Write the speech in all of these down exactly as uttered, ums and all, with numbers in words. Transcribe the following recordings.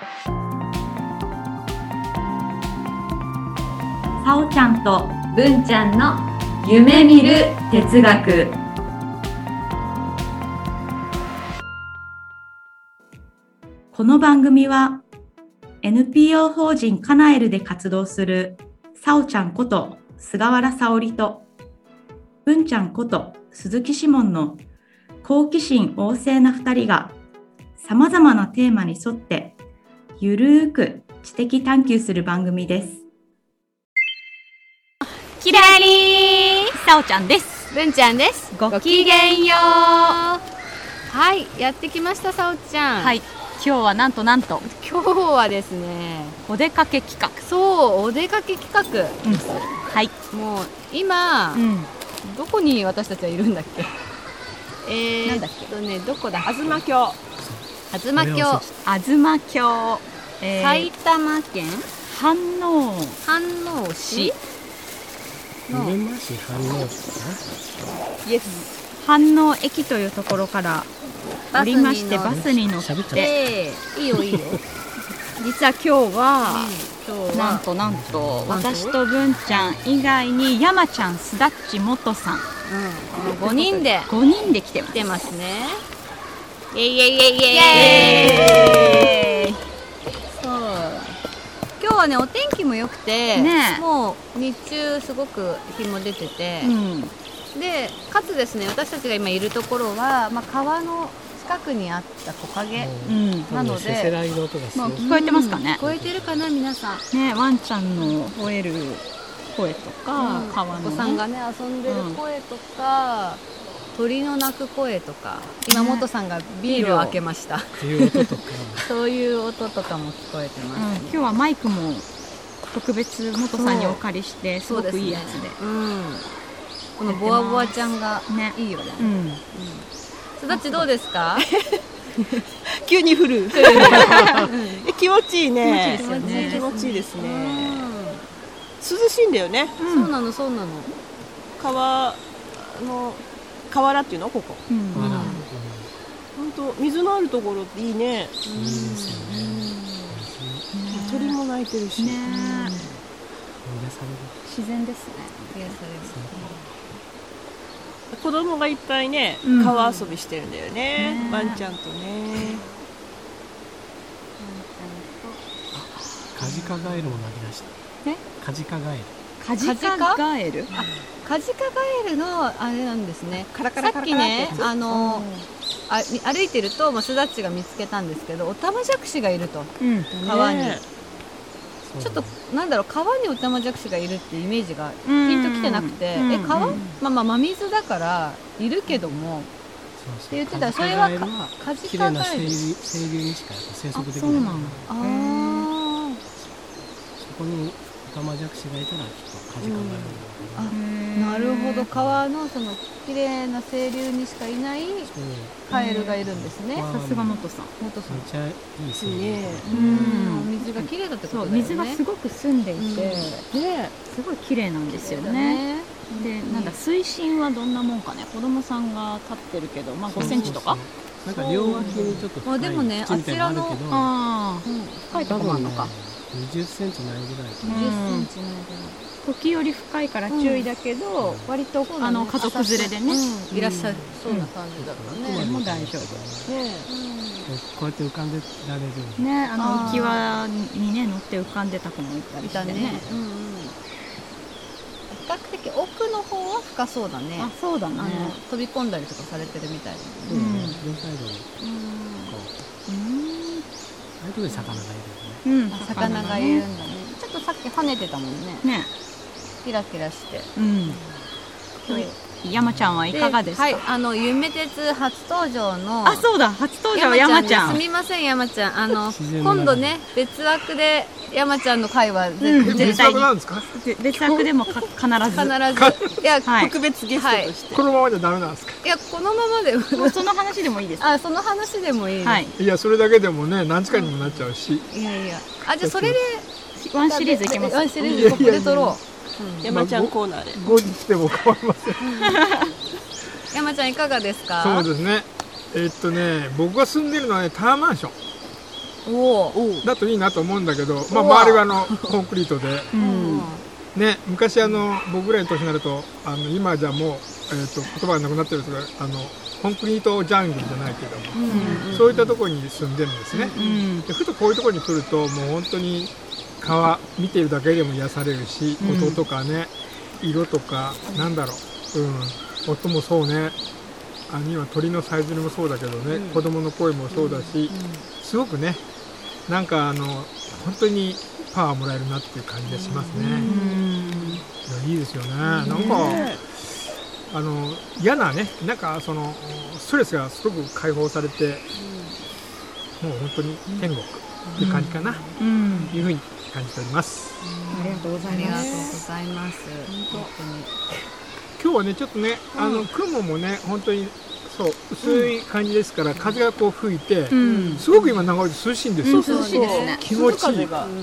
さおちゃんと文ちゃんの夢見る哲学。この番組は エヌピーオー 法人カナエルで活動するさおちゃんこと菅原さおりと文ちゃんこと鈴木志門の好奇心旺盛なふたりがさまざまなテーマに沿ってゆるーく知的探求する番組です。 キラリー、さおちゃんです。 文ちゃんです。 ごきげんよう。 はい、やってきましたさおちゃん。 はい、今日はなんとなんと今日はですね、 お出かけ企画。 そう、お出かけ企画、 うん、はい。 もう今、うん、どこに私たちはいるんだっけ。えー、なんだっけとね、どこだっけ。東京。東京。 東京。 えー、埼玉県飯能飯能市。 上間市飯能市かな。 イエス。 飯能駅というところから降りましてバスに乗って、 いいよいいよ。 実は今日は、うん、今日はなんとなんと私と文ちゃん以外に山ちゃん、すだっち、もとさん、 うん、ごにんでごにんで来てます。 来てますね。イエイイエイイエイイエイイエイ。そう。今日はね、お天気も良くて、ね、もう日中すごく日も出てて、うん、でかつですね、私たちが今いるところは、まあ、川の近くにあった木陰、うん、なので、 せせらいの音がすごい、 まあ、聞こえてますかね、 うん、聞こえてるかな皆さん、 ね、ワンちゃんの吠える声とか、うん、川の、ね、 お子さんがね遊んでる声とか、うん、鳥の鳴く声とか、今元さんがビールを開けました、 っていう音とかそういう音とかも聞こえてます、ね、うん、 今日はマイクも特別元さんにお借りしてすごくいいやつで、 うん、このボワボワちゃんがいいよね、うんうん、すだっちどうですか？ 急に降る気持ちいいね。気持ちいいですよね。気持ちいいですね。涼しいんだよね、 うん、そうなのそうなの。 川の河原っていうのここ、うん、本当水のあるところっていいね。いいですよね。鳥も鳴いてるしね、 自然ですね。 癒される。 子供がいっぱいね、うん、川遊びしてるんだよね、ワンちゃんとね。 カジカガエルも鳴き出した。 え？ カジカガエル。 カジカガエル？ あ、カジカガエルのあれなんですね。 カラカラカラカラさっきね、あのあ歩いてると、まあ、すだっちが見つけたんですけど、オタマジャクシがいると、うん、川に。ね、ちょっとなんだろう、川にオタマジャクシがいるっていうイメージがピンときてなくて、え川、まあまあ真水だからいるけども、って言ってたら、それはカジカガエル。 清流にしか生息できない。 そうなの。 ああ。 そこにオタマジャクシがいたらきっとカジカガエル。 あ、なるほど。川のその綺麗な清流にしかいないカエルがいるんですね。 さすが元さん。 元さん。 めっちゃいいですね。 うん。水が綺麗だってことだよね。 水がすごく澄んでいて、ね、すごい綺麗なんですよね。で、なんだ、水深はどんなもんかね。子供さんが立ってるけど、まあごセンチとか。 なんか両脇にちょっと深いでもね、あちらのあ深いとこもあるのか。 にじゅっセンチないぐらい。 にじゅっセンチないぐらい。 時折深いから注意だけど、割とあの家族連れでねいらっしゃるそうな感じだったね。 もう大丈夫。ね、 こうやって浮かんでられる。 ね、あの浮き輪にね乗って浮かんでた子もいたりしてね。 比較的奥の方は深そうだね。 あ、そうだね。 飛び込んだりとかされてるみたいな。 そうね。両サイドに。うん。ああいうとこに魚がいるよね。 うん、魚がいるんだね。ちょっとさっき跳ねてたもんね。 ね。 キラキラして。 うん。山ちゃんはいかがですか？ はい、あの夢鉄初登場の。 あ、そうだ、初登場山ちゃん。 すみません山ちゃん、あの今度ね別枠で山ちゃんの会は絶対に別枠でも必ず必ずいや特別ゲストとしてこのままじゃダメなんですか？ いやこのままでもその話でもいいです。 あ、その話でもいいです。 いやそれだけでもね何時間にもなっちゃうし。 いやいや、あ、じゃあそれでワンシリーズいけます。 ワンシリーズここで撮ろう。 山ちゃんコーナーで後日でも構いません。 山ちゃんいかがですか？ そうですね、えっとね僕が住んでるのはねタワーマンション。 おおだといいなと思うんだけど、まあ、周りはあのコンクリートで、 うんね、昔あの僕ぐらいの年になるとあの今じゃもう、えー、と言葉がなくなってるとかあのコンクリートジャングルじゃないけども、 うん、 そういったところに住んでるんですね、 うんでふとこういうところに来るともう本当に川見ているだけでも癒されるし、 うん音とかね色とかなんだろう、うん、音もそうね、あの今鳥のさえずりもそうだけどね、うん、子供の声もそうだし、うん、すごくねなんかあの本当にパワーもらえるなっていう感じがしますね、うん、いやいいですよね、なんかあの嫌なねなんかそのストレスがすごく解放されて、もう本当に天国っていう感じかな、うん、いうふうに感じております、 うん、ありがとうございます。 ありがとうございます。本当に今日はねちょっとねあの雲もね本当にそう薄い感じですから、うん、風がこう吹いて、うん、すごく今流れて涼しいんですよ、 うん、涼しいですね、 気持ちいい、 うん、 本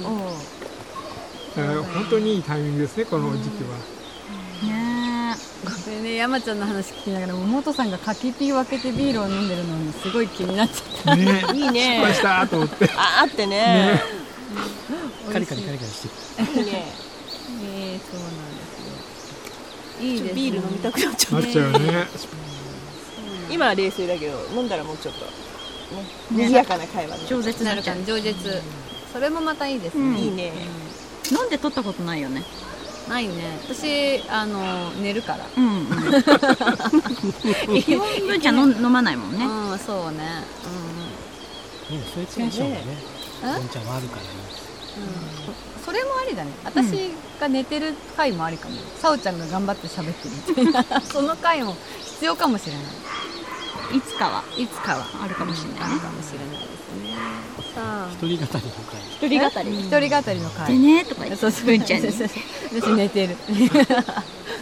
当にいいタイミングですねこの時期は、 うん、ねえね山ちゃんの話聞きながらも元さんが柿ピー分けてビールを飲んでるのにすごい気になっちゃった、 ね、 いいね失敗したと思ってあーってねねカリカリカリカリしていいねえー、そうなんですよ。いいですね。 ビール飲みたくなっちゃうなっちゃうね今は冷静だけど飲んだらもうちょっとね賑やかな会話に饒舌なるから饒舌、うん、それもまたいいですね、うん、 いいね、 うん、飲んで取ったことないよね。 ないね。私あの寝るから。 うん、うん、基本文ちゃん飲まないもんね。 うん、そうね。 うん。そういうテンションがね、文ちゃんはあるからね。 うん。それもありだね。私が寝てる回もありかも。さおちゃんが頑張って喋ってるみたいなその回も必要かもしれない。 いつかはいつかはあるかもしれない、ね、 あるかもしれないですね。さあ一人語りの回。 一人語り。 一人語りの回。 でねとか言って。そう文ちゃんに。 私寝てる。 パンパン。うん。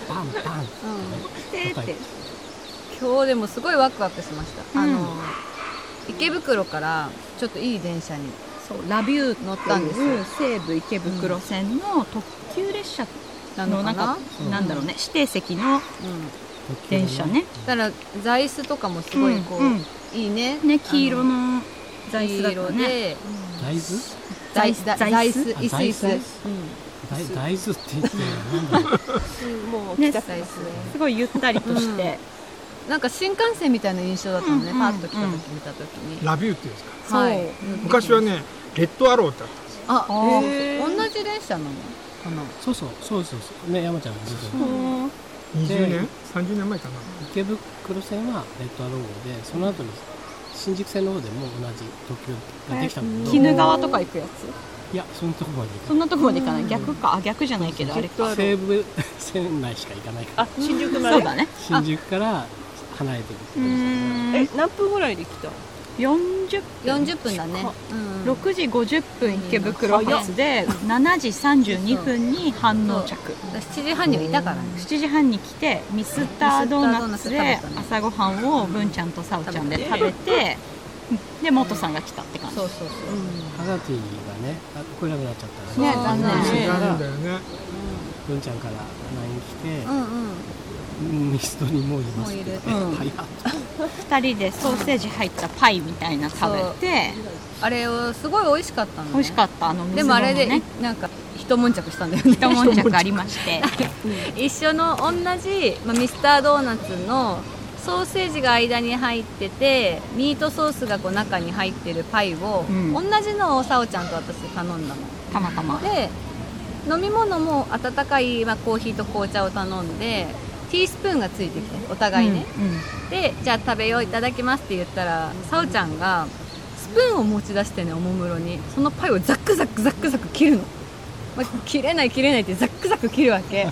でって。 今日でもすごいワクワクしました。うん、あの池袋からちょっといい電車にそうラビュー乗ったんですよ。 西武池袋線の特急列車のなんか、うん、なんだろうね指定席の電車ね。 だから座椅子とかもすごいこう、うんうん、いいね。 ね黄色の座椅子だったね。 大豆？ 座椅子だ。座椅子椅子椅子。 大豆って言ってなんだろう。もう来た座椅子。 すごいゆったりとして。 なんか新幹線みたいな印象だったのね、うん、パッと来た時見た時にラビューっていうんですか。 はい、 昔はねレッドアローってあったんです。 あ、えー、同じ列車なのかな。 そうそうそうそうそうね、山ちゃんがずっとにじゅうねんさんじゅうねんまえかな。 池袋線はレッドアロー号で、その後に新宿線の方でも同じ特急ができたんだけど、 鬼怒川とか行くやつ。 いや、そんなとこまで行かない。 そんなとこまで行かない。逆か。あ、逆じゃないけどあれか。 西武線内しか行かないから。 あ、新宿まで。 そうだね。 新宿から離れてる。 え、何分ぐらいで来た？ よんじゅっぷん。 よんじゅっぷんだね。 うん、ろくじごじゅっぷん池袋発でしちじさんじゅうにふんに飯能着。 しちじはんにはいたからね。 しちじはんに来てミスタードーナツで朝ごはんを文ちゃんとさおちゃんで食べて、で元さんが来たって感じ。 そうそうそう。 ハガティがね、来れなくなっちゃったね。残念。 残念だよね。 文ちゃんから ライン 来て。 うんうん。 ミストにもういますって、うん、早っふたりでソーセージ入ったパイみたいな食べて、 あれをすごい美味しかったの、ね、 美味しかったあの水、ね、 でもあれでなんか一悶着したんだよね。 一悶着ありまして一緒の同じ、まあ、ミスタードーナツのソーセージが間に入っててミートソースがこう中に入ってるパイを、うん、同じのをさおちゃんと私頼んだのたまたまで、飲み物も温かい、まあ、コーヒーと紅茶を頼んでティースプーンがついてきてお互いね、うんうん、でじゃあ食べよういただきますって言ったらさおちゃんがスプーンを持ち出してねおもむろにそのパイをザックザックザックザック切るの、まあ、切れない切れないってザックザック切るわけ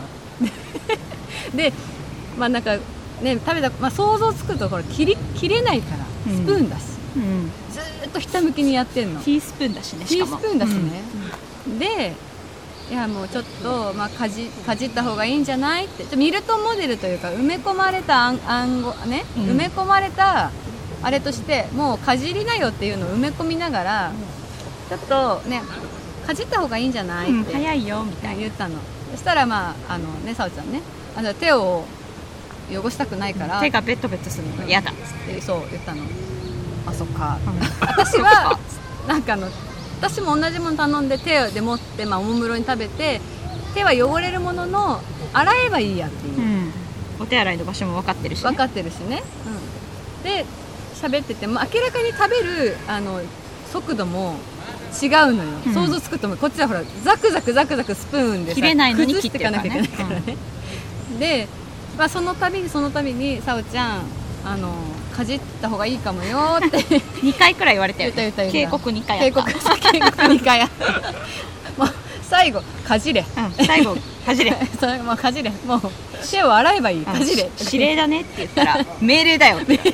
でまあなんかね食べた、まあ、想像つくところ切り切れないからスプーンだし、うんうん、ずーっとひたむきにやってんの。 ティースプーンだしね。しかもティースプーンだしね、うん、でいやもうちょっと、まあ、かじ、かじった方がいいんじゃないってちょミルトモデルというか埋め込まれた暗暗号ね、うん、埋め込まれたあれとしてもうかじりなよっていうのを埋め込みながら、うん、ちょっとねかじった方がいいんじゃない、うん、って早いよみたいな言ったの。そしたらまああのねさおちゃんねあの手を汚したくないから、 うん、手がベトベトするのが嫌だっつってそう言ったの。あそっか、うん、私はなんかあの私も同じもの頼んで手で持って、まあ、おもむろに食べて手は汚れるものの洗えばいいやっていう、うん、 お手洗いの場所も分かってるし、ね、 分かってるしね、うん、で喋ってても明らかに食べるあの速度も違うのよ、うん、想像つくと思う。こっちはほらザクザクザクザクスプーンでさ切れないのに崩していかなきゃいけないからね、うん、で、まあ、その度にその度にさおちゃんあのかじった方がいいかもよってにかいくらい言われてる。 言った言った警告にかいあった。 警告にかいあったもう最後かじれ、 うん、最後かじれそれもうかじれもう手を洗えばいいかじれ指令だねって言ったら命令だよって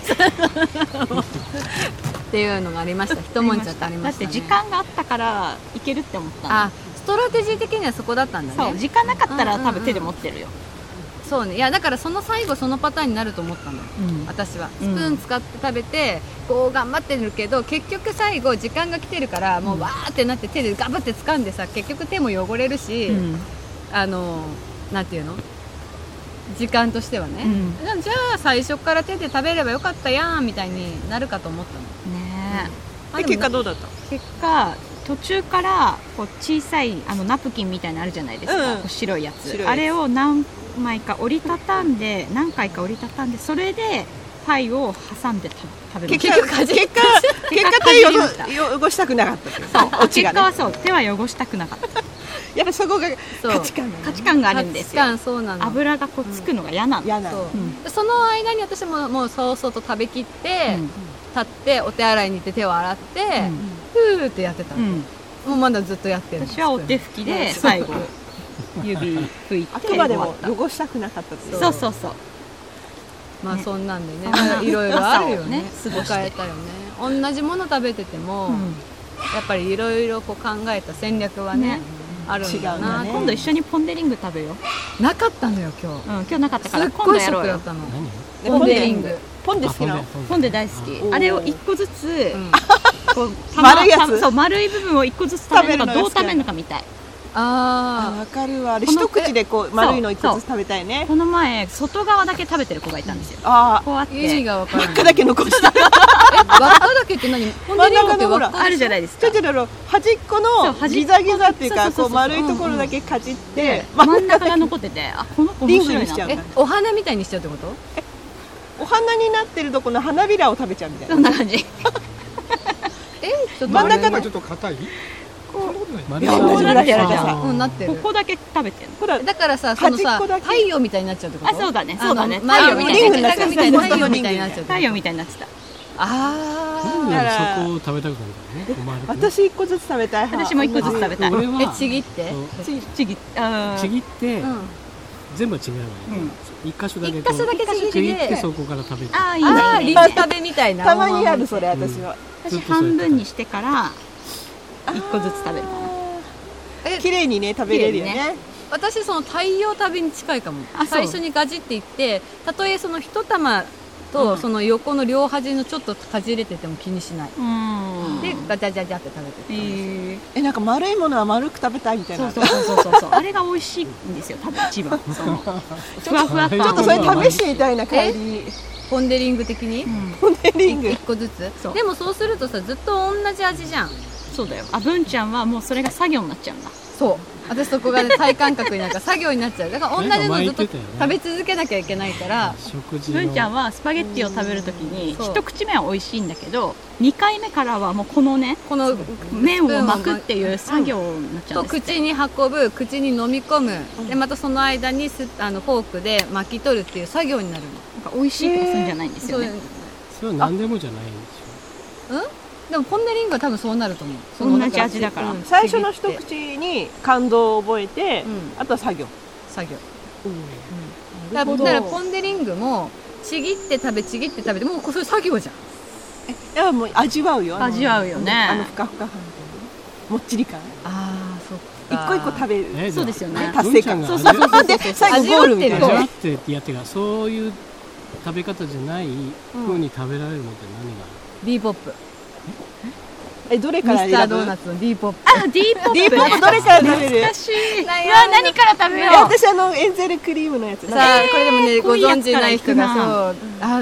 っていうのがありました。一悶着ありましたね。 だって時間があったからいけるって思ったの。 あ、ストラテジー的にはそこだったんだね。 そう、時間なかったら多分手で持ってるよ、 うんうん、そうね。いやだからその最後そのパターンになると思ったの、うん、私はスプーン使って食べて、うん、こう頑張ってるけど結局最後時間が来てるからもうわーってなって手でガブって掴んでさ結局手も汚れるし、うん、あのなんていうの時間としてはね、うん、じゃあ最初から手で食べればよかったやんみたいになるかと思ったのね、 うん、で結果どうだった？ 結果途中からこう小さいあのナプキンみたいなのあるじゃないですか、うん、こう白いやつ、白いやつあれを何枚か折りたたんで何回か折りたたんでそれでパイを挟んで食べる。 結果結果結果手を汚したくなかったっていう。 そう、結果はそう手は汚したくなかった。 やっぱそこが価値観、 価値観があるんですよ。 そうなの。 油がこうつくのが嫌なの。 嫌なの。その間に私ももうそうそうと食べきって、うん、立ってお手洗いに行って手を洗って、うん、ふーってやってたの、うん、もうまだずっとやってる。 私はお手拭きで最後指拭いて。 あくまでも汚したくなかったっていう。 そうそうそう。 まあそんなんでね、いろいろあるよね。過ごされたよね。同じもの食べてても、うん、やっぱりいろいろこう考えた戦略はね。ねあるんだな、 ね、今度一緒にポン・デ・リング食べよう。なかったのよ今日、うん、 今日なかったから今度やろうよ。 ポン・デ・リングポンデ好きなの？ ポンデ大好き。あれを一個ずつ、うん、こう丸いやつ、 そう丸い部分を一個ずつ食べるのかどう食べるのかみたい。 ああ、わかるわ。あれ一口でこう丸いの一個ずつ食べたいね。 この前外側だけ食べてる子がいたんですよ。 ああ、 こうあって意味がわからない。 輪っかだけ残した。 え、輪っかだけって何？ポンデリングって輪っかあるじゃないですか。 ちょっと端っこのギザギザっていうかこう丸いところだけかじって真ん中が残ってて、あ、この子面白いな。 え、お花みたいにしちゃうってこと？ お花になってるとこの花びらを食べちゃうみたいな。 そんな感じ。 え、ちょっと真ん中がちょっと硬い。 いやもうだけうんなってる。 ここだけ食べてる。 だからさ、そのさ太陽みたいになっちゃうってこと？ あ、そうだね、そうだね。 太陽みたいな太陽みたいな太陽みたいになっちゃう。 太陽みたいになってた。 ああ。そこを食べたくなるからね。 私一個ずつ食べたい。 私も一個ずつ食べたい。 え、ちぎって？ ちぎって、 ちぎって全部は違うわね。一箇所だけ一箇所だけちぎってそこから食べる。 ああ、いいね。 ああ、リーチ食べみたいな。 たまにあるそれ私は。 私半分にしてから一個ずつ食べるかな。 綺麗にね食べれるよね。 私その太陽食べに近いかも。最初にガジっていって、たとえその一玉とその横の両端のちょっとかじれてても気にしない。でガチャガチャって食べてる。え、なんか丸いものは丸く食べたいみたいな。 そうそうそうそう。あれが美味しいんですよ。多分一番。そのふわふわ感。 ちょっとそれ試してみたいな帰り。 ポンデリング的に？ ポンデリング一個ずつ。でもそうするとさずっと同じ味じゃん。 そうだよ。あ、文ちゃんはもうそれが作業になっちゃうんだ。 そう。私そこが、ね、体感覚になんか作業になっちゃう。だから同じのずっと食べ続けなきゃいけないから。 文ちゃんはスパゲッティを食べるときに一口目は美味しいんだけど、にかいめからはもうこのね、この麺を巻くっていう作業になっちゃうんですって。 口に運ぶ、口に飲み込む、うん、でまたその間にスあのフォークで巻き取るっていう作業になるの。 なんか美味しいことするんじゃないんですよね。 それは何でもじゃないんでしょ。 うん？でもポンデリングは多分そうなると思う。 その同じ味だから、 うん、最初の一口に感動を覚えて、うん、あとは作業作業、うんうん、だからポンデリングもちぎって食べちぎって食べてもうこれ作業じゃん。 え、いやもう味わうよ。 味わうよね。 あのふかふか感もっちり感。 ああ、そっか。 一個一個食べる、 えー、そうですよね。 達成感。 そうそうそうそう。 で最後ゴールみたいな。 味わってやってかそういう食べ方じゃない風に食べられるのって何がある？ D ポップ。 え、どれから選ぶ？ ミスタードーナツの D ポップ。 あ、D ポップ、ね。 D ポップどれから食べる？ 難しい。うわ、何から食べよう。 私あのエンゼルクリームのやつ。 さあ、これでもね、ご存知ない人がそう、あ、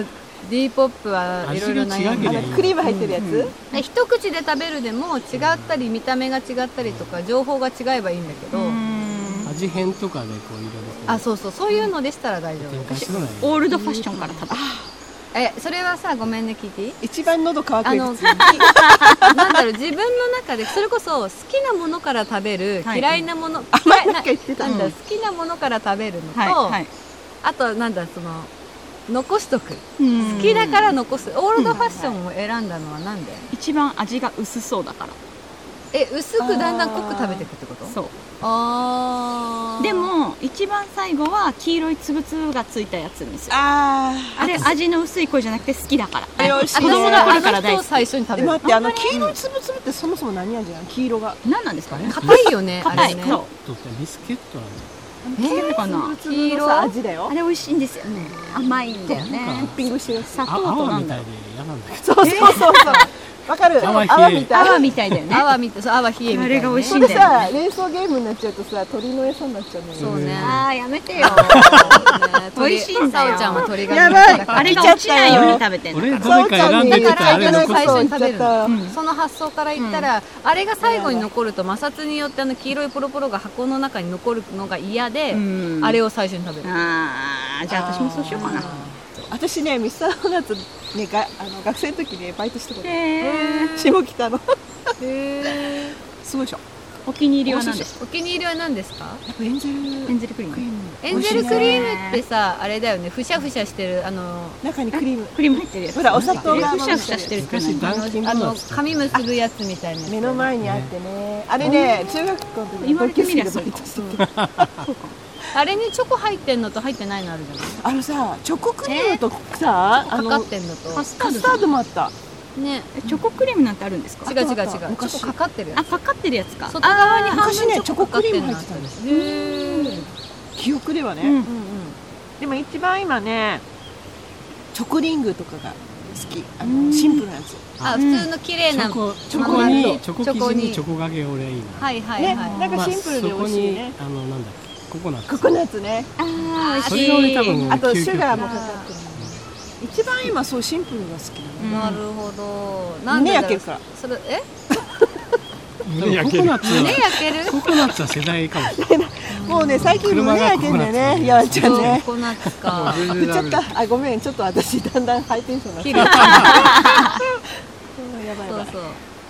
D ポップはいろいろ悩んであのクリーム入ってるやつ、 うん、一口で食べるでも違ったり見た目が違ったりとか情報が違えばいいんだけど、 味変とかでこういろいろあそうそうそういうのでしたら大丈夫。 オールドファッションから食べる。 えそれはさごめんね聞いていい？ 一番喉乾くやつ。 なんだろう自分の中でそれこそ好きなものから食べる、はい、嫌いなもの、 あ嫌いななんか言ってたなんだ、うん、好きなものから食べるのと、はいはい、あとなんだその残しとく、好きだから残す。オールドファッションを選んだのはなんで？ 一番味が薄そうだから。 え薄くだんだん濃く食べていくってこと？ そう。 あでも一番最後は黄色いつぶつぶがついたやつにする。 ああれ味の薄い子じゃなくて好きだから。 あれ美味しいね。 子供の頃から大好き。 最初に食べる。 待ってあの黄色いつぶつぶってそもそも何味なの？黄色が何なんですかね。 硬いよね。 硬い。 ね、 そう。 ビスケットなんだ。 えー、かな黄色味だよ。 あれ美味しいんですよね。甘いんだよね。 トッピングしてる。 砂糖となんだろう。 そうそうそうそう。わかる。 泡みたい。 泡みたいだよね。 泡みたい。そう泡冷えみたいな。 あれが美味しいんだよね。 それさ連想ゲームになっちゃうとさ鳥の餌になっちゃうね。 そうね。 ああやめてよ。美味しいんだよ。 さおちゃんは鳥がやばい。 あれが落ちないように食べてる。 俺どれか選んでだからあれが最初に食べる。 うんその発想から言ったらあれが最後に残ると摩擦によってあの黄色いポロポロが箱の中に残るのが嫌であれを最初に食べる。 ああじゃあ私もそうしようかな。 私ねミスタードーナツねがあの学生の時ねバイトしたこと。 へー下北の。 へすごいでしょ。 お気に入りは何ですか？ お気に入りは何ですか？ やっぱエンゼルエンゼルクリーム。 エンゼルクリームってさあれだよねふしゃふしゃしてるあの中にクリームクリーム入ってるやつ。 ほらお砂糖がふしゃふしゃしてるって昔ダンキンドあのーナツ紙結ぶやつみたいな目の前にあってねあれね中学校の時に言われてみりゃ同級生でバイトしてた。 あれにチョコ入ってんのと入ってないのあるじゃない。 あのさチョコクリームとさあかのかってんのとカスタカスタードもあった。 ねチョコクリームなんてあるんですか？ 違う違う違うチあった昔ョコかかってるやあつ。 かかってるやつか。 外側に半分昔ねチョコかかってんのチョコクリーム入ってたんですへー記憶ではね、 うんうんうんでも一番今ねチョコリングとかが好きあうんのシンプルなやつあ普通の綺麗なチョコチまョコにん丸チョコ生地にチョコがけ俺いいな。 はいはいねはいなんかシンプルで美味しいね、 まあそこにあのなんだっけココナッツ。 ココナッツねあそれが俺多分あとシ究極ュガーもかかってる一番今そうシンプルが好きなの、 なるほどなん胸でだろう焼けるからそれえ胸焼ける。ココナッツ胸は焼けるココナッツは世代かもしれない。 もうね最近胸焼けんだよねやわちゃんねココナッツか振っちゃったあごめんちょっと私だんだんハイテンションになって切るやばいやばいそうそう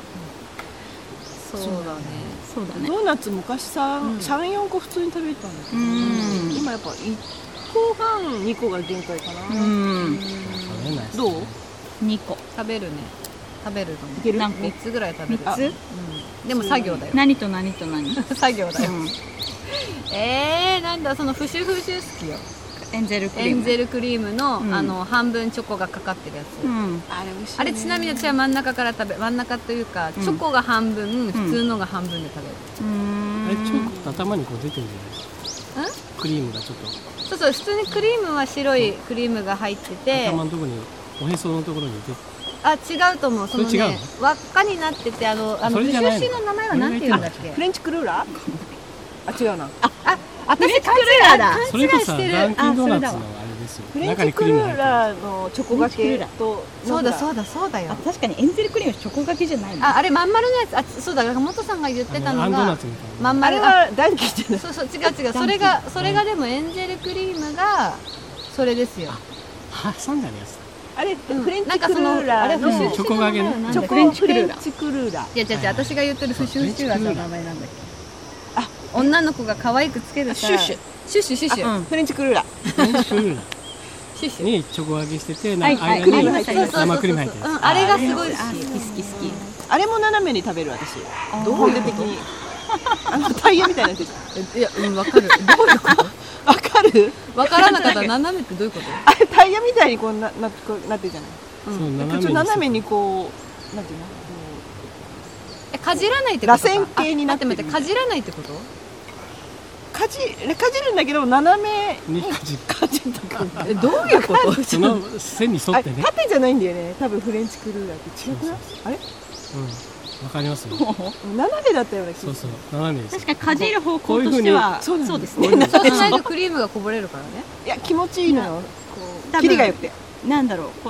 そうだねそうだね。 ドーナツ昔さ、 うんさん、よんこ普通に食べてたんだけど、 うん今やっぱいっこはんにこが限界かな、 うん食べないですどうにこ。 食べるね食べると思ういける何個みっつぐらい食べるみっつ？ うんでも作業だよ何と何と何？ 作業だようんえーなんだそのフシュフシュ好きよエンゼルクリーム。 エンゼルクリームのうんあの半分チョコがかかってるやつうんあれ美味しい、ね、 あれちなみに私は真ん中から食べ真ん中というかうんチョコが半分普通のが半分で食べるうーんあれチョコ頭にこう出てるじゃないですか。クリームがちょっとそうそう普通にクリームは白いクリームが入ってて頭のところにおへそのところに出てあ違うと思うそのそれ違うね輪っかになっててあのあのフシそれじゃないのュシュの名前はなんて言うんだっけフレンチクルーラーあ違うな私勘違いだそれこそ勘違いしてるダンキンドーナツのあそれだわあれですよ。 フレン中にチクルークリーム入ってる。 ラーのチョコがけとそうだそううだそうだよあ確かにエンゼルクリームチョコがけじゃないもん。 ああれまん丸のやつあそうだ元さんが言ってたのあのアンドーナがツみたいな。 まんあれ丸あはダンキーじゃないそうそう違う違うそれがそれがでもエンゼルクリームがそれですよ挟んであるやつ。 あれ、 んフレンチクルーラーなんかそのあれのフシュチョコがけねなんだっけチョコフレンチクルーラーフレンチクルーラーいや違う違う私が言ってるフシュフシュはさ名前なんだっけあ女の子が可愛くつけるさシュッシュシュッシュシュッシュうんフレンチクルーラーフレンチクルーラシュッシーュにチョコ揚げしてて、 はいはい間にありましたそうそうそう生クリーム入ってるやうんあれがすごい好あ好きき好き好き。 あれも斜めに食べる私どういう的にあのタイヤみたいになってるいやうんわかるどういうことわかるわからなかったら斜めってどういうことあれタイヤみたいにこうななこうなってるじゃないつ。そうちょっ斜めにと斜めにこうなんていうのえかじらないってことか螺旋形になってるあ待って待ってかじらないってことかじかじるんだけど斜めにかじかじってくるえどういうことその線に沿あってね。 縦じゃないんだよね多分フレンチクルーラーって違くないあれうん。わかりますよ。 斜めだったような気がするそうそう斜めです。 確かにかじる方向としてはこういう風にそうですね。 そうしないとクリームがこぼれるからねいや気持ちいいのよこう多分キリがよくてなんだろうこう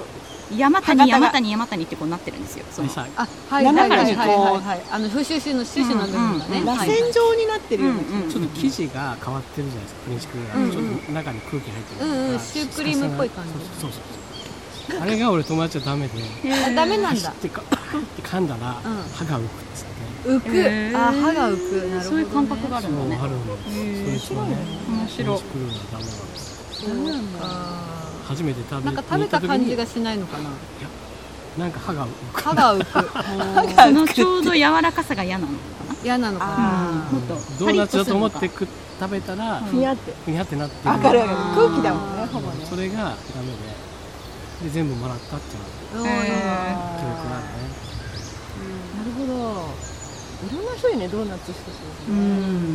山谷山谷山谷ってこうなってるんですよ。そのあ、はいはいはいはいはい。あのフシュシュのシュシュの部分がね、 螺旋状になってるよね。 ちょっと生地が変わってるじゃないですか。フレンチクルーラー、ちょっと中に空気入ってる。 うんうん、シュークリームっぽい感じ。 そうそうそう。あれが俺友達はダメで。 あ、ダメなんだ。 ってかって噛んだら歯が浮くっつって。 浮く。あ、歯が浮く。なるほど。 そういう感覚があるんだね。 あるんです。それとね、 面白い。 フレンチクルーラーダメなんです。 そうなんだ。 初めて食べなんか食べた感じがしないのかな。いや、 なんか歯が浮く。 歯が浮く。 そのちょうど柔らかさが嫌なのかな。 嫌なのかな。 もっとドーナツだと思って食食べたらふにゃってふにゃってなってる。わかるわかる。空気だもんね、ほぼね。 それがダメで、で全部もらったっていうのが記憶があるね。 なるほど。いろんな人にね、ドーナツしてそう。うん。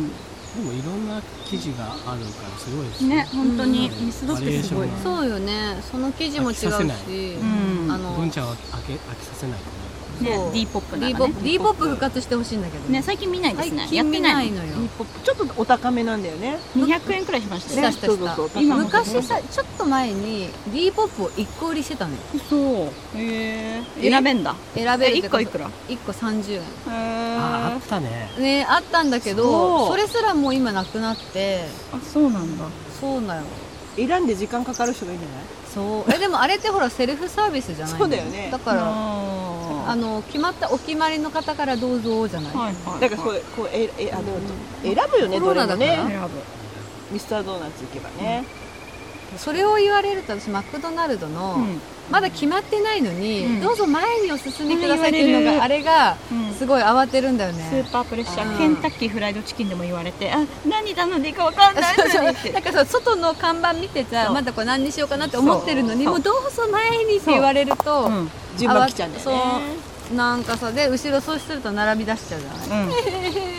でもいろんな生地があるからすごいですね。 ね、本当にミスドってすごい。 そうよね。その生地も違うし、 あの文ちゃんは飽き飽きさせない。 ね、D ポップ、 D ポップ、D ポップ復活してほしいんだけどね、最近見ないですね。 最近見ないのよ。 ちょっとお高めなんだよね。 にひゃくえんくらいしましたね。したした今昔さ、ちょっと前に D ポップをいっこ売りしてたのよ。 そう。へえ。選べんだ。 選べる。 いっこいくら？ いっこさんじゅうえん。 あ、あったね。 ね、あったんだけど、それすらもう今なくなって。 あ、そうなんだ。 そうだよ。 選んで時間かかる人がいいんじゃない？ そう。え、でもあれってほらセルフサービスじゃない？ そうだよね。 だからあの決まったお決まりの方からどうぞじゃない。 はいはい。だからこうこうええあの選ぶよね、どれもね。選ぶ。ミスタードーナツ行けばね。 それを言われると私マクドナルドのまだ決まってないのにどうぞ前にお進みくださいっていうのがあれがすごい慌てるんだよね。 スーパープレッシャー。ケンタッキーフライドチキンでも言われて、あ、何頼んでいいかわかんないのにって。 なんかさ、外の看板見てさ、まだこれ何にしようかなって思ってるのに、もうどうぞ前にって言われると順番来ちゃうんだよね。 そう、なんかさ、で後ろそうすると並び出しちゃうじゃない。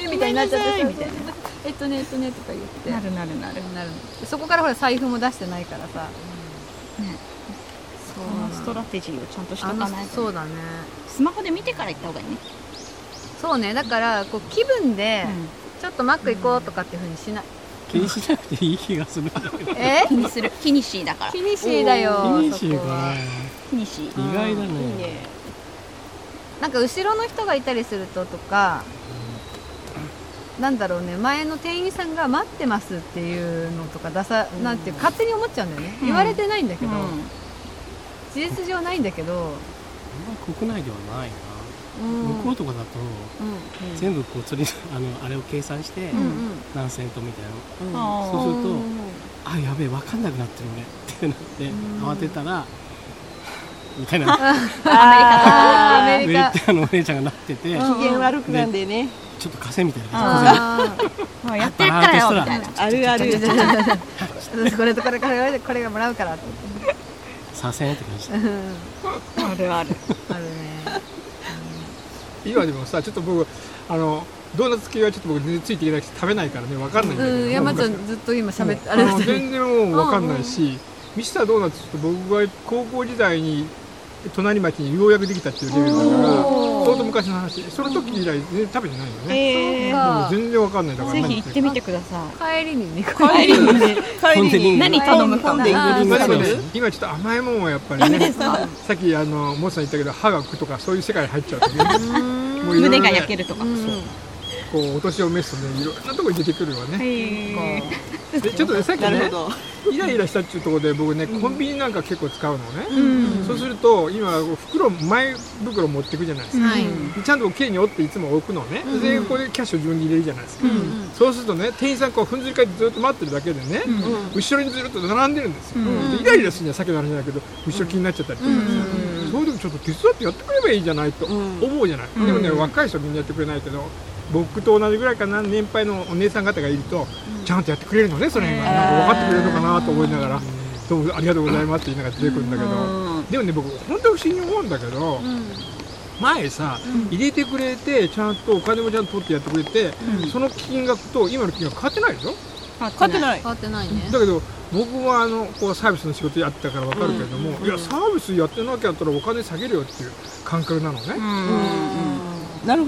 みたいになっちゃってみたいな。えっとねえっとねとか言ってなるなるなるなる。そこからほら財布も出してないからさ。 ね。そのストラテジーをちゃんとしとかないと。 そうだね。 スマホで見てから行った方がいいね。 そうね。だからこう気分でちょっとマック行こうとかっていう風にしない。 気にしなくていい気がする。 え？ 気にする。気にしいだから。 気にしいだよ。 気にしいかな。 気にしい。 意外だね。 いいね。 なんか後ろの人がいたりするととか。なんだろうね、前の店員さんが待ってますっていうのとか出さ、うん、なんて勝手に思っちゃうんだよね、うん、言われてないんだけど、うん、事実上ないんだけど、 国内ではないな、うん、向こうとかだと、うん、全部こう釣りあのあれを計算して、うん、何セントみたいな、うん、そうすると、うん、あ、やべえ分かんなくなってるねってなって、うん、慌てたらみたいなアメリカアメリカのお姉ちゃんがなってて、機嫌悪くなんでね、 ちょっと稼みたいな感じでやってやったよみたいな、 あるあるこれとこれこれこれがもらうからってさせんって感じあるあるあるね。 今でもさ、ちょっと僕あのドーナツ系はちょっと僕全然ついていけなくて食べないからね、分かんないんだけど、うん、 山ちゃんずっと今喋ってあれ全然もう分かんないし、ミスタードーナツって僕が高校時代に隣町にようやくできたっていうレベルだから相当昔の話、その時以来全然食べてないよね、えー、全然わかんないだからぜひ行ってみてください。帰りにね帰りにね帰りに何頼むかね、今ちょっと甘いもんはやっぱりねさっきあのモーさん言ったけど歯が浮くとかそういう世界に入っちゃうとねもう胸が焼けるとか、 こうお年を召すとねいろんなところに出てくるわね。でちょっとねさっきねイライラしたっていうところで僕ねコンビニなんか結構使うのね。そうすると今袋前袋持ってくじゃないですか。ちゃんときれいに折っていつも置くのね。でここでキャッシュを自分で入れるじゃないですか。そうするとね店員さんこうふんずり返ってずっと待ってるだけでね後ろにずっと並んでるんですよ。イライラするにはさっきの話じゃないけど後ろ気になっちゃったりとかそういう時ちょっと手伝ってやってくればいいじゃないと思うじゃない。でもね若い人はみんなやってくれないけど僕と同じぐらいかな年配のお姉さん方がいるとちゃんとやってくれるのね。それがなんか分かってくれるのかなと思いながらどうもありがとうございますって言いながら出てくるんだけど、でもね僕本当に不思議に思うんだけど、前さ入れてくれてちゃんとお金もちゃんと取ってやってくれて、その金額と今の金額変わってないでしょ。 変わってない変わってないね。 だけど僕はあのこうサービスの仕事やってたから分かるけれども、いやサービスやってなきゃったらお金下げるよっていう感覚なのね。 なるほど。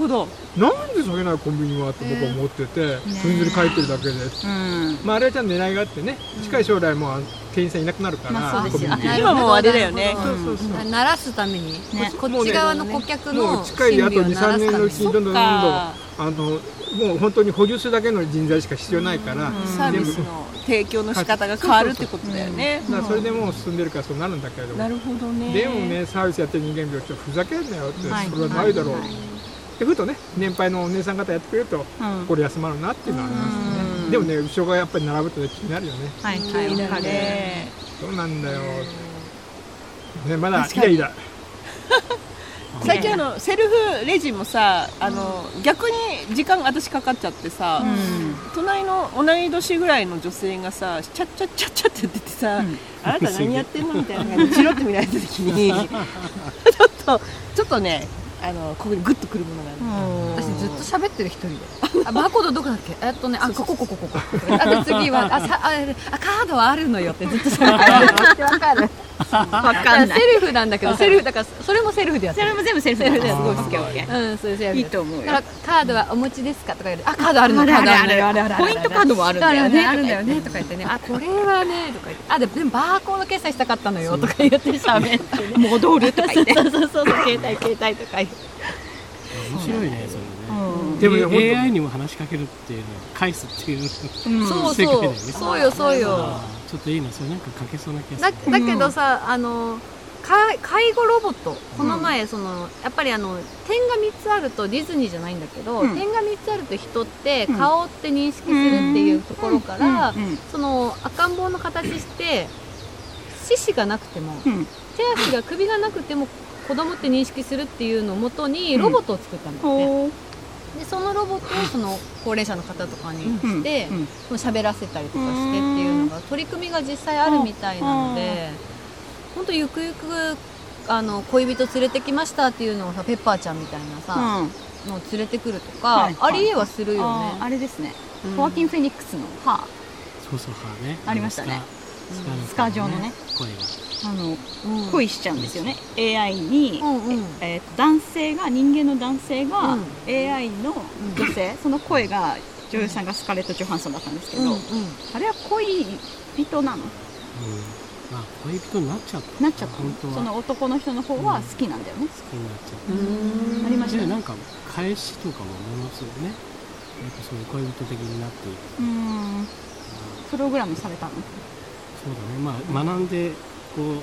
なんで下げないコンビニはって僕は思ってて、ふんずり書いてるだけで、まああれはちゃんと狙いがあってね、近い将来もう店員さんいなくなるから、 今もあれだよね、 鳴らすためにこっち側の顧客の近いあとにさんねんのうちにどんどんどんどんあのもう本当に補充するだけの人材しか必要ないから、 サービスの提供の仕方が変わるってことだよね。 だからそれでもう進んでるからそうなるんだけれども、 なるほどね。 でもね、サービスやってる人間病気はふざけんなよって、それはないだろうでふとね、年配のお姉さん方やってくれると心休まるなっていうのはありますね。でもね、後ろがやっぱり並ぶと気になるよね。 はい、気になるね。 そうなんだよね、まだいやいや最近あのセルフレジもさ、あの逆に時間私かかっちゃってさ、隣の同い年ぐらいの女性がさ、チャッチャッチャッチャって言っててさ、あなた何やってんのみたいな感じでチロって見られた時にちょっとちょっとね、あのここにグッとくるものがある。 私ずっと喋ってる一人で。あ、バーコードどこだっけ？えっとね、あ、ここここここ。あ、で次はあ、さあ、あ、カードはあるのよってずっと喋ってる。わかる。わかんない。セルフなんだけど、セルフだからそれもセルフでやってる。 それも全部セルフでやってる。すごい好きオッケー。うん、そうです。 いいと思うよ。 だからカードはお持ちですかとか言う。あ、カードあるの。カードあるあるある。 ポイントカードもあるんだよね。 あるんだよねとか言ってね。あ、これはねとか言って。あ、でもバーコード決済したかったのよとか言って喋って。 戻るとか言って。 そうそうそう、携帯携帯とか言って。 面白いね、それね。でも エーアイ にも話しかけるっていうのを返すっていうそうそうそうよそうよ。 ちょっといいな、それなんか書けそうな気がする。 だだけどさ、あの介護ロボット、この前そのやっぱりあの点がみっつあるとディズニーじゃないんだけど、点がみっつあると人って顔って認識するっていうところから、その赤ん坊の形して四肢がなくても、手足が首がなくても子供って認識するっていうのをもとにロボットを作ったんだって。でそのロボットをその高齢者の方とかにして喋らせたりとかしてっていうのが取り組みが実際あるみたいなので、本当ゆくゆくあの恋人連れてきましたっていうのをさ、ペッパーちゃんみたいなさ、のを連れてくるとかありえはするよね。 あれですね、ホアキン・フェニックスの歯、 そうそう、歯ねありましたね。スカ状のね、 声があの、うん、恋しちゃうんですよね。 エーアイ に、うんうん、えー、と男性が人間の男性が、うん、エーアイ の女性、うん、その声が女優さんがスカーレット・ジョハンソンだったんですけど、うんうん、あれは恋人なの、うん、 まあ恋人になっちゃったなっちゃった本当はその男の人の方は好きなんだよね、うん、 好きになっちゃった。うんありましたね。なんか返しとかもものすごくね、なんかそういう恋人的になっていく。うんプログラムされたの。 そうだね、まあ、学んでこう、うんうん、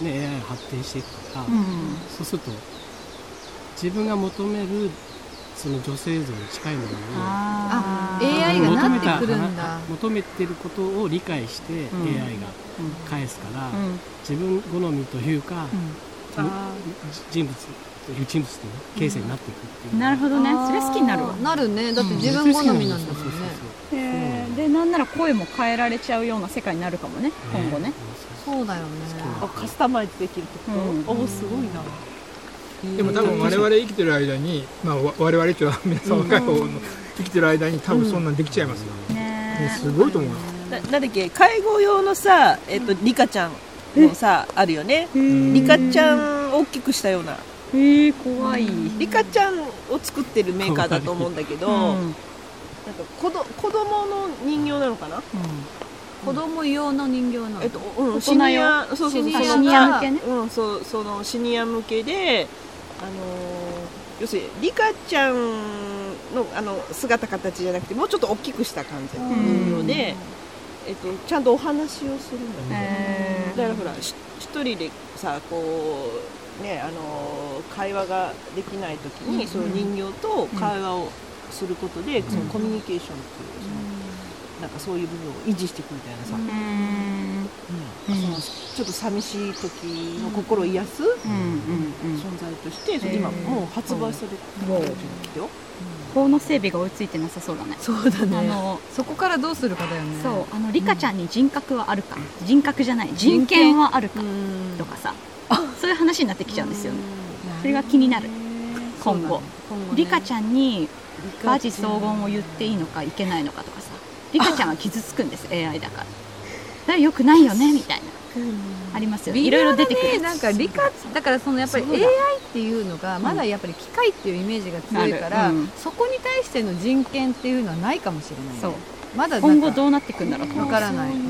ね、エーアイ が発展していくから、うんうん、そうすると自分が求めるその女性像に近いものにああ エーアイ がなってくるんだ。 求めてることを理解して、うん、エーアイ が返すから、うん、自分好みというか、うん、人物人物の形成になっていくっていう、 うん、なるほどね。それ好きになるわ。 なるね。だって自分好みなんだもんね。で、なんなら声も変えられちゃうような世界になるかもね、今後ね。 そうだよね。 カスタマイズできるってこと、うん、おすごいな。 でも多分我々生きてる間に、まあ、我々っていうのは皆さん若い方の生きてる間に多分そんなんできちゃいますよ、うんね、すごいと思う。 ななんだっけ、介護用のさ、えっと、リカちゃんのさあるよね。リカちゃんを大きくしたような、 えー、怖い。 リカちゃんを作ってるメーカーだと思うんだけど、うん、なんか子ど子供の人形なのかな、うん、 子供用の人形なの、 えっとうん、シニア、そうそうそう、 シニア向けね、 うん、そう、そのシニア向けで、あのー、要するにリカちゃんのあの姿形じゃなくてもうちょっと大きくした感じの人形で、えっと、ちゃんとお話をするんだね。だからほら一人でさこうね、あのー、会話ができない時に、うん、その人形と会話をすることで、うん、そのコミュニケーションっていう、その、うん、なんかそういう部分を維持していくみたいなさ、うんうん、そのちょっと寂しい時の心を癒す存在として、今もう発売されてるんだよ。 法の整備が追いついてなさそうだね。 そうだね。あのそこからどうするかだよね。 そう、あのリカちゃんに人格はあるか、うん、人格じゃない人権はあるかとかさ、そういう話になってきちゃうんですよね。それが気になる。今後、今後ね、リカちゃんにバジ荘厳を言っていいのかいけないのかとかさ、リカちゃんは傷つくんです エーアイ だから。だから良くないよねみたいな、ありますよね。いろいろ出てくる。 なんかリカだからそのやっぱり エーアイ っていうのがまだやっぱり機械っていうイメージが強いから、うん、そこに対しての人権っていうのはないかもしれない、ね、 そうまだ今後どうなっていくんだろうわからない、うん、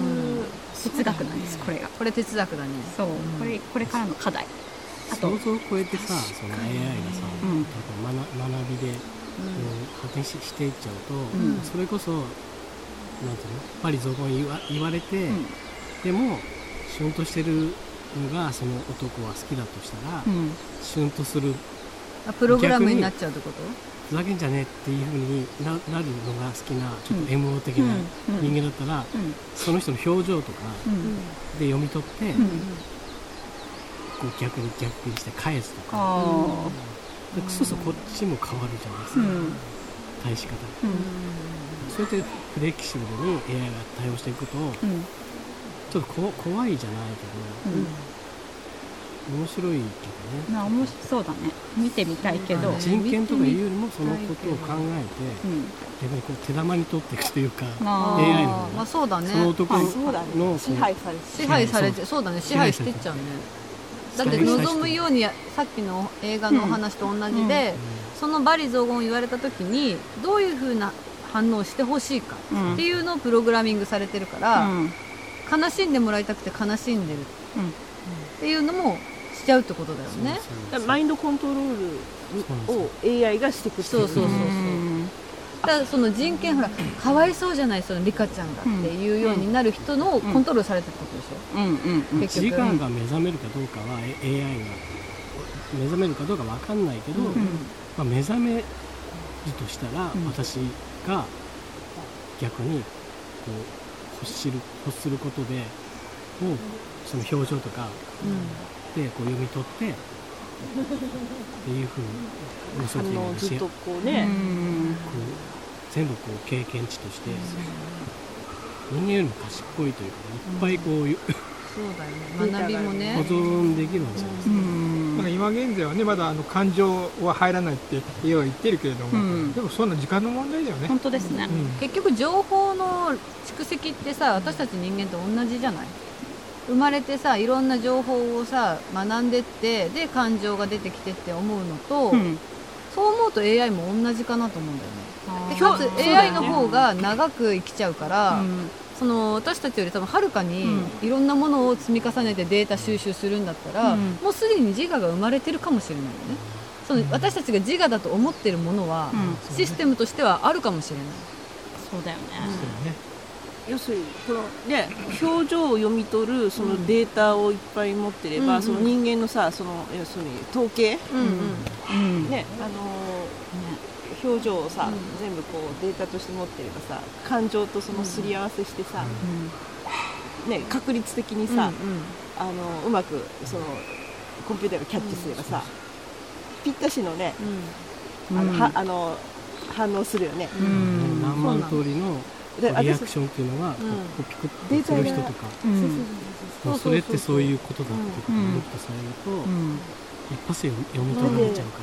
哲学なんですこれがこれ哲学だねそう、うん、これこれからの課題あと想像を超えてさその エーアイ がさ、うん、学, 学びで、うん、発展 し, していっちゃうと、うん、それこそなんていうのやっぱり雑言言 わ, 言われて、うん、でもシュンとしてるのがその男は好きだとしたら、うん、シュンとするあプログラムになっちゃうってこと？ ふざけんじゃねえっていう風に な, なるのが好きなちょっと エムオー 的な人間だったら、うんうん、その人の表情とかで読み取って、うん、こう逆に逆にして返すとか、うん、そうそうこっちも変わるじゃないですか、うん、対し方が、うん、そうやってフレキシブルに エーアイ が対応していくと、うん、ちょっとこ怖いじゃないけど、うん面白いけどね。 まあ面白そうだね。見てみたいけど。 人権とかいうよりもそのことを考えて、うん、逆にこう手玉に取っていくというか、あ エーアイ の、 まあそうだね。 その男の、 そうだね、支配されて支配されてそうだね支配してっちゃうね。だって望むようにさっきの映画のお話と同じで、うん、その罵詈雑言を言われた時にどういう風な反応をしてほしいかっていうのをプログラミングされてるから、うん、悲しんでもらいたくて悲しんでるっていうのもしちゃうってことだよね。 だからマインドコントロールを エーアイ がしてくっていう。 そうそうそうそう。だからその人権ほらかわいそうじゃないそのリカちゃんがっていうようになる人のコントロールされてるってことでしょ。うんうんうん、 結局時間が目覚めるかどうかは エーアイ が目覚めるかどうかわかんないけど、うんまあ、目覚めるとしたら、うん、私が逆にこう欲する欲することでもうその表情とか、うんでこう読み取ってっていうふうに反応をずっとこうねこう全部こう経験値として人間よりも賢いというかいっぱいこう、うん、 そうだよね学びもね保存できるわけじゃないですか、 うんまあ、今現在はねまだあの感情は入らないって言ってるけれども、うん、でもそんな時間の問題だよね本当ですね、 うん、結局情報の蓄積ってさ私たち人間と同じじゃない生まれてさいろんな情報をさ学んでってで感情が出てきてって思うのと、うん、そう思うと エーアイ も同じかなと思うんだよね。でかつ エーアイ の方が長く生きちゃうから、うん、その私たちより多分はるかにいろんなものを積み重ねてデータ収集するんだったら、うん、もうすでに自我が生まれてるかもしれないよね。その私たちが自我だと思ってるものは、うん、システムとしてはあるかもしれない。 そうだよね。 うん要するにこの、ね、表情を読み取るそのデータをいっぱい持ってれば、うん、その人間のさその要するに統計、うんうんねあのー、表情をさ、うん、全部こうデータとして持ってればさ感情とそのすり合わせしてさ、うんね、確率的にさ、うんうん、あのうまくそのコンピューターがキャッチすればさ、うん、ぴったしのね、うん、あのはあの反応するよね、うん、 何万通りのリアクションっていうのが、うん、ピクッとする人とか、うん、それってそういうことだっていうことを思ってされると、うん、一発で読み取られちゃうから、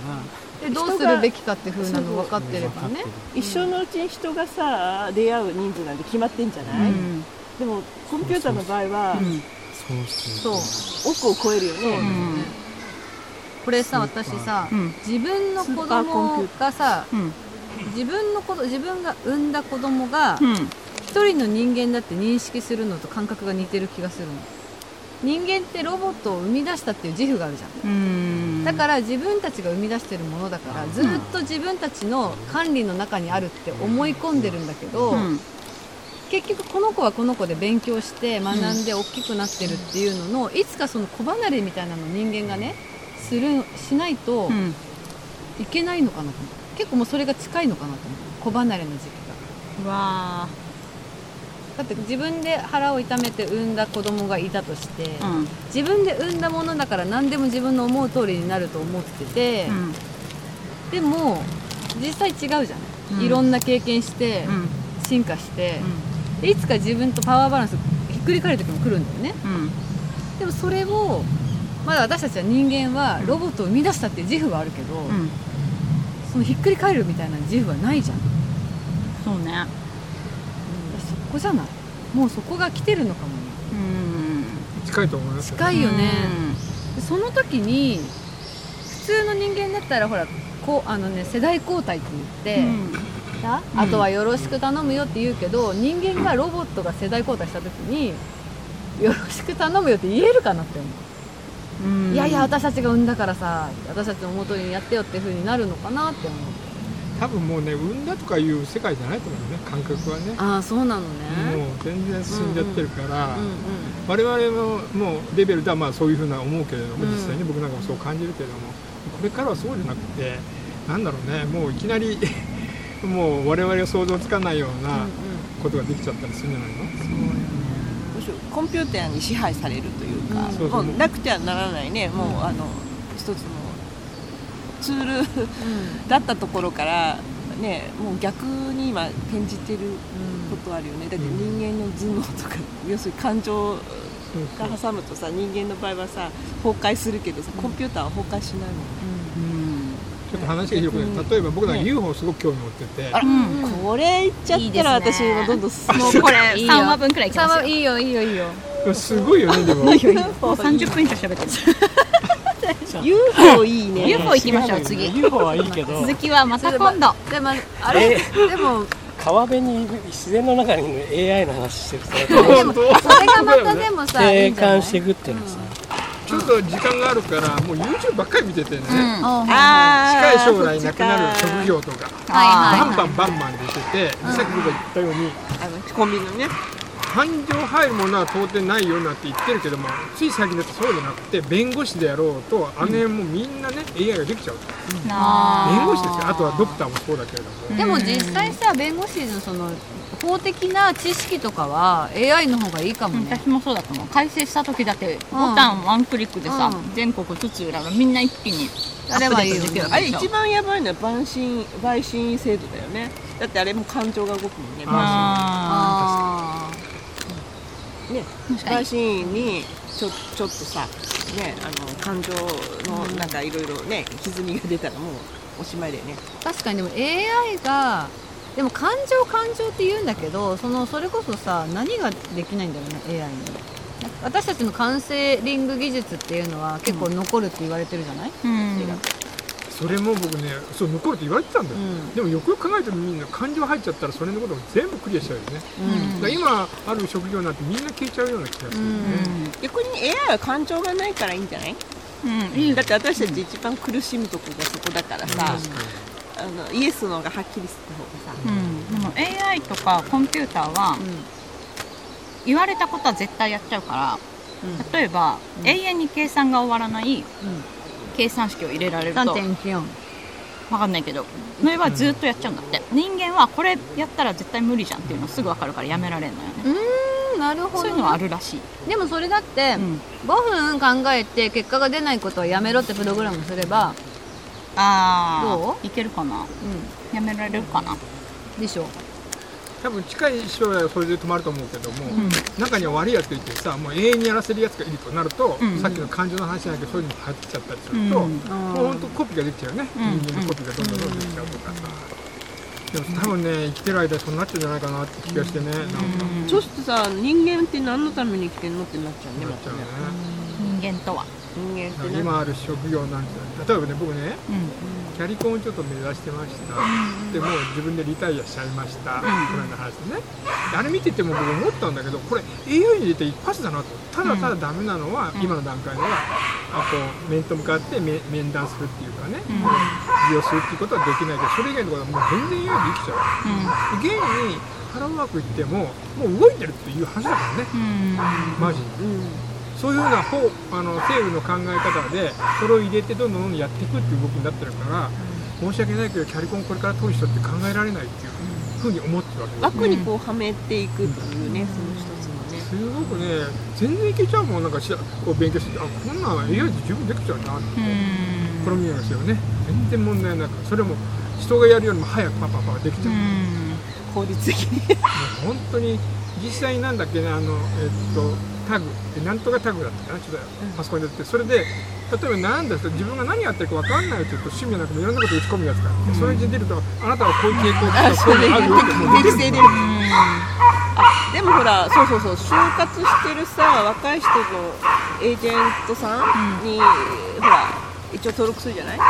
でどうするべきかっていう風なの分かってればね一生のうちに人がさ出会う人数なんて決まってんじゃない、うん、でもコンピューターの場合はそうそう億を超えるよね、うん、 これさ私さ、うん、自分の子供がさ、うん自分の子自分が産んだ子供が一人の人間だって認識するのと感覚が似てる気がするの。人間ってロボットを生み出したっていう自負があるじゃん。うーんだから自分たちが生み出してるものだからずっと自分たちの管理の中にあるって思い込んでるんだけど、うん、結局この子はこの子で勉強して学んで大きくなってるっていうののいつかその子離れみたいなのを人間がねするしないといけないのかなと思って。結構もうそれが近いのかなと思う子離れの時期が。うわだって自分で腹を痛めて産んだ子供がいたとして、うん、自分で産んだものだから何でも自分の思う通りになると思ってて、うん、でも実際違うじゃない、うん、いろんな経験して、うん、進化して、うん、でいつか自分とパワーバランスひっくり返る時も来るんだよね、うん、でもそれをまだ私たちは人間はロボットを生み出したっていう自負はあるけど、うんそのひっくり返るみたいな自負はないじゃん。 そうね、うん、 そこじゃないもうそこが来てるのかもね。 うん近いと思いますよ近いよね、 でその時に普通の人間だったらほらこうあの、ね、世代交代って言って、うん、あ, あとはよろしく頼むよって言うけど、人間がロボットが世代交代した時によろしく頼むよって言えるかなって思う、うん、いやいや私たちが産んだからさ私たちの元にやってよっていう風になるのかなって思う。 多分もうね産んだとかいう世界じゃないと思うね、感覚はね。 ああそうなのね。 もう全然進んじゃってるから、うんうん、我々のもうレベルではまあそういうふうな思うけれども、うん、実際に僕なんかもそう感じるけれども、これからはそうじゃなくてなんだろうね、もういきなりもう我々が想像つかないようなことができちゃったりするんじゃないの。そうよね。 コンピューターに支配されるというか、うん、もうなくてはならないね、もう、うん、あの一つのツールだったところからね、もう逆に今転じてることあるよね。だって人間の頭脳とか、要するに感情が挟むとさ、人間の場合はさ崩壊するけどさ、コンピューターは崩壊しないもんね、うんうん、 ちょっと話が広くね、例えば僕なんか ユーフォー すごく興味持ってて、 あら、うん、これいっちゃったら私もどんどん進む。 もうこれさんわぶんくらいいきますよ。 いいよいいよいいよ。 すごいよね。でももうさんじゅっぷん以上喋ってる。 ユーフォー いいね。 ユーフォー 行きましょう次。 ユーフォー はいいけど続きはまた今度。 でもあれでも川辺にいる自然の中にいる エーアイ の話してるさ、 でもそれがまたでもさ定感していくっていうのさ、 ちょっと時間があるからもう YouTube ばっかり見ててね、うん、 あ近い将来なくなる職業とかバンバンバンバン出てて、うん、さっき僕が言ったようにあのコンビニのね感情入るものは到底ないよなんて言ってるけども、つい最近だとそうじゃなくて弁護士であろうとあの辺もみんなね、うん、エーアイ ができちゃう、うん、弁護士ですよ。あとはドクターもそうだけれども、 でも実際さ弁護士のその法的な知識とかは エーアイ の方がいいかもね。 私もそうだと思う。改正した時だってボタンワンクリックでさ、うん、全国津々浦々みんな一気にアップデートできるわけでしょ。 あれ一番やばいのは陪審陪審制度だよね。だってあれも感情が動くもんね。ああね、陪審員にちょ、ちょっとさ、ね、あの感情のなんかいろいろね歪みが出たらもうおしまいだよね。 確かにでも エーアイ がでも感情感情って言うんだけど、そのそれこそさ何ができないんだろうね エーアイ に。私たちのカウンセリング技術っていうのは結構残るって言われてるじゃない、うん、 それも僕ねそう残るって言われてたんだよ、うん、でもよくよく考えてみると感情入っちゃったらそれのことを全部クリアしちゃうよね、うん、だから今ある職業なんてみんな消えちゃうような気がするよね、 うん、逆に エーアイ は感情がないからいいんじゃない、うんうん、だって私たち一番苦しむところがそこだからさ、うん、あのイエスの方がはっきりした方がさ、 うん、でも エーアイ とかコンピューターは、うん、言われたことは絶対やっちゃうから、うん、例えば、うん、永遠に計算が終わらない、うん、計算式を入れられると さんてんいちよん 分かんないけどそれはずっとやっちゃうんだって、うん、人間はこれやったら絶対無理じゃんっていうのすぐ分かるからやめられるのよね。 うーんなるほど、 そういうのはあるらしい。でもそれだって、うん、ごふん考えて結果が出ないことはやめろってプログラムすればあどういけるかな、うん、やめられるかなでしょう。 多分近い将来はそれで止まると思うけども、うん、中には悪いやつがいてさもう永遠にやらせるやつがいるとなると、うん、さっきの感情の話じゃないけどそういうのも入ってきちゃったりすると、うん、もう本当コピーができちゃうよね、うん、人間のコピーがどんどんどんどんできちゃうとかさ、うん、でも多分ね生きてる間そうなっちゃうんじゃないかなって気がしてね、うん、なんかそうするとさ人間って何のために生きてんのってなっちゃうね。 なっちゃうね。 人間とは人間って今ある職業なんて例えばね僕ね、うんキャリコンをちょっと目指してました、うん、でもう自分でリタイアしちゃいました、うん、このような話でねあれ見てても僕思ったんだけどこれ エーアイ に入れて一発だなと。ただただダメなのは、うん、今の段階ではあこう面と向かって面談するっていうかね、うん、利用するっていうことはできないけどそれ以外のことはもう全然 エーアイ でできちゃう、うん、現にハローワーク行ってももう動いてるっていう話だからね、うん、マジに、うんそういうような法あの政府の考え方でそれを入れてどんどんどんどんやっていくっていう動きになってるから、うん、申し訳ないけどキャリコンこれから取る人って考えられないっていうふうに思ってるわけです、 枠にこうはめていくというね、うん、その一つのねすごくね全然いけちゃうもんなんかしこう勉強してあこんなん エーアイ で十分できちゃうなって、うん、これ見えますよね。全然問題なくそれも人がやるよりも早くパパパできちゃう、うん、 効率的にもう本当に実際になんだっけねあのえっとタグなんとかタグだったかなちょっとパソコンでやってそれで例えば何だと自分が何やってるか分かんないと趣味なんかもいろんなこと打ち込むやつがあって、うん、それで出るとあなたはこういう傾向とかこういうのあるよってもう出てるあでもほらそうそうそう就活してるさ若い人のエージェントさんに、うん、ほら一応登録するじゃない、うん、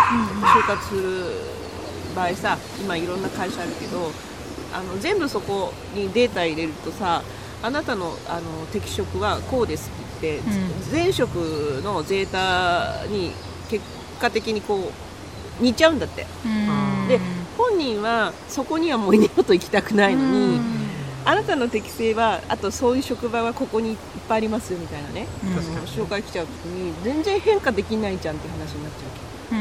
就活する場合さ今いろんな会社あるけどあの全部そこにデータ入れるとさあなた の, あの適職はこうですって言って、うん、前職のデータに結果的にこう似ちゃうんだって、うん、で本人はそこにはもう二度と行きたくないのに、うん、あなたの適性はあとそういう職場はここにいっぱいありますよみたいなね、うん、紹介来ちゃうときに全然変化できないじゃんって話になっちゃう、うん、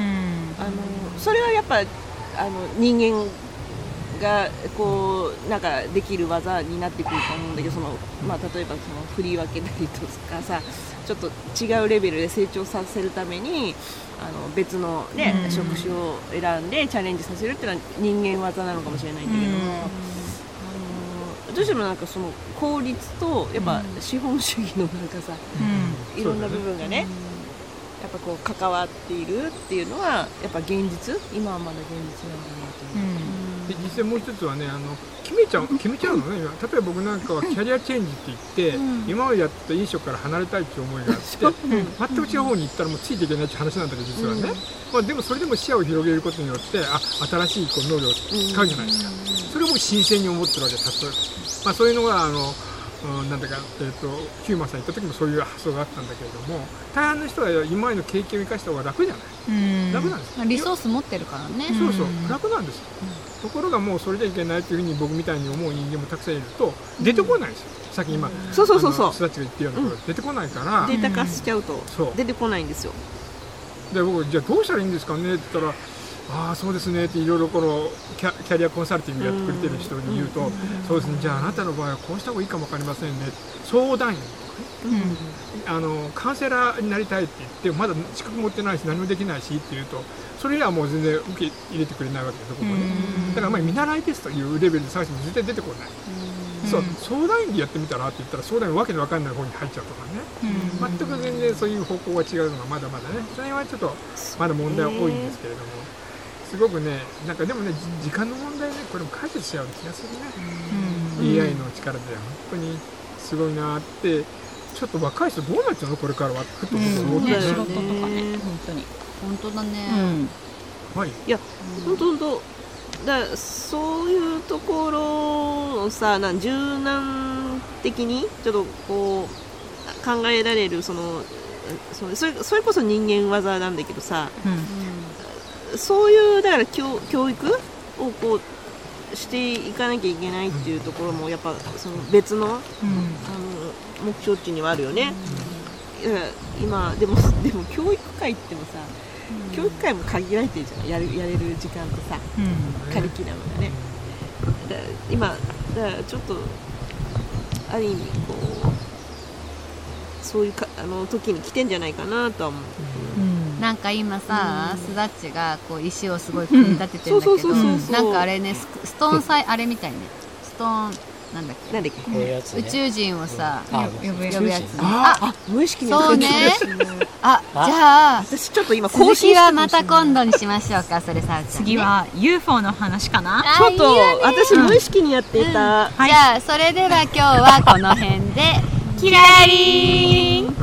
あのそれはやっぱあの人間がこうなんかできる技になってくると思うんだけどその、まあ、例えばその振り分けたりとかさちょっと違うレベルで成長させるためにあの別の、ねうん、職種を選んでチャレンジさせるっていうのは人間技なのかもしれないんだけども、うん、あのどうしてもなんかその効率とやっぱ資本主義のなんかさ、うん、いろんな部分がね、やっぱこう関わっているっていうのはやっぱ現実今はまだ現実なんだなと思う、うんで実際もう一つはねあの決めちゃう決めちゃうのね今例えば僕なんかはキャリアチェンジって言って、うん、今までやった飲食から離れたいっていう思いがあって、うん、全く違う方に行ったらもうついていけないって話なんだけど実はね、うんまあ、でもそれでも視野を広げることによってあ新しいこう能力を使うじゃないですか、うん、それを僕新鮮に思ってるわけです、まあ、そういうのがあのうん、なんだか、えー、とヒューマンさん行った時もそういう発想があったんだけれども大半の人は今までの経験を生かした方が楽じゃないうん楽なんですよリソース持ってるからねそうそう楽なんですよ、うん、ところがもうそれじゃいけないというふうに僕みたいに思う人間もたくさんいると出てこないんですよ、うん、さっき今、うん、 そうそうそうそうスタッチが言ってるようなこと、うん、出てこないからデータ化しちゃうと出てこないんですよで僕じゃあどうしたらいいんですかねって言ったらああそうですねっていろいろこのキャ、キャリアコンサルティングやってくれてる人に言うと、うん、そうですねじゃああなたの場合はこうした方がいいかも分かりませんね相談員とかね、うん、あのカウンセラーになりたいって言ってまだ資格持ってないし何もできないしって言うとそれはもう全然受け入れてくれないわけでどこもね、うん、だからまあ見習いですというレベルで探しても絶対出てこない、うん、そう相談員でやってみたらって言ったら相談員わけの分かんない方に入っちゃうとかね、うん、全く全然そういう方向が違うのがまだまだねそれはちょっとまだ問題は多いんですけれども、すごくね、なんかでもね、時間の問題ね、これも解決しちゃう気がするね、うん、エーアイ の力で本当にすごいなって、ちょっと若い人どうなっちゃうのこれからはふと思って、 うん、仕事とかね、本当に本当だね、 うん、はい、 いや、うん、本当本当だからそういうところをさ、なん柔軟的にちょっとこう考えられるそのそれ、それ、それこそ人間技なんだけどさ、うん、そういうだから 教, 教育をこうしていかなきゃいけないっていうところもやっぱその別の、うん、あの目標値にはあるよね、うん、いや今でもでも教育会ってもさ、うん、教育会も限られてるじゃん、やるやれる時間とさ、うん、カリキュラムがね、だから今だからちょっとある意味こうそういうかあの時に来てんじゃないかなとは思う、 うん、なんか今さ、うん、スダッチがこう石をすごい組み立ててるんだけど、なんかあれねストーンサイあれみたいね、ストーンなんだっけ、 なんだっけ、 こういうやつね、宇宙人をさ、うん、呼ぶやつ、 ああ無意識にそうねあ、じゃあ私ちょっと今続きはまた今度にしましょうか。それさ、ね、 次は ユーフォー の話かな。 ちょっと私無意識にやっていた、 うんうん、じゃあそれでは今日はこの辺でキラリン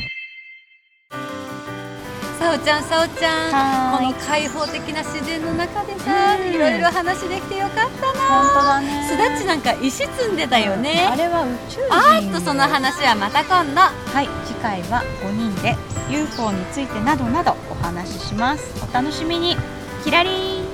さおちゃん、さおちゃん、この開放的な自然の中でさ、いろいろ話できてよかったな。 本当だね。 スダッチなんか石積んでたよね。 あれは宇宙人。 あーっとその話はまた今度。 はい、次回はごにんで ユーフォー についてなどなどお話しします。お楽しみに。キラリン。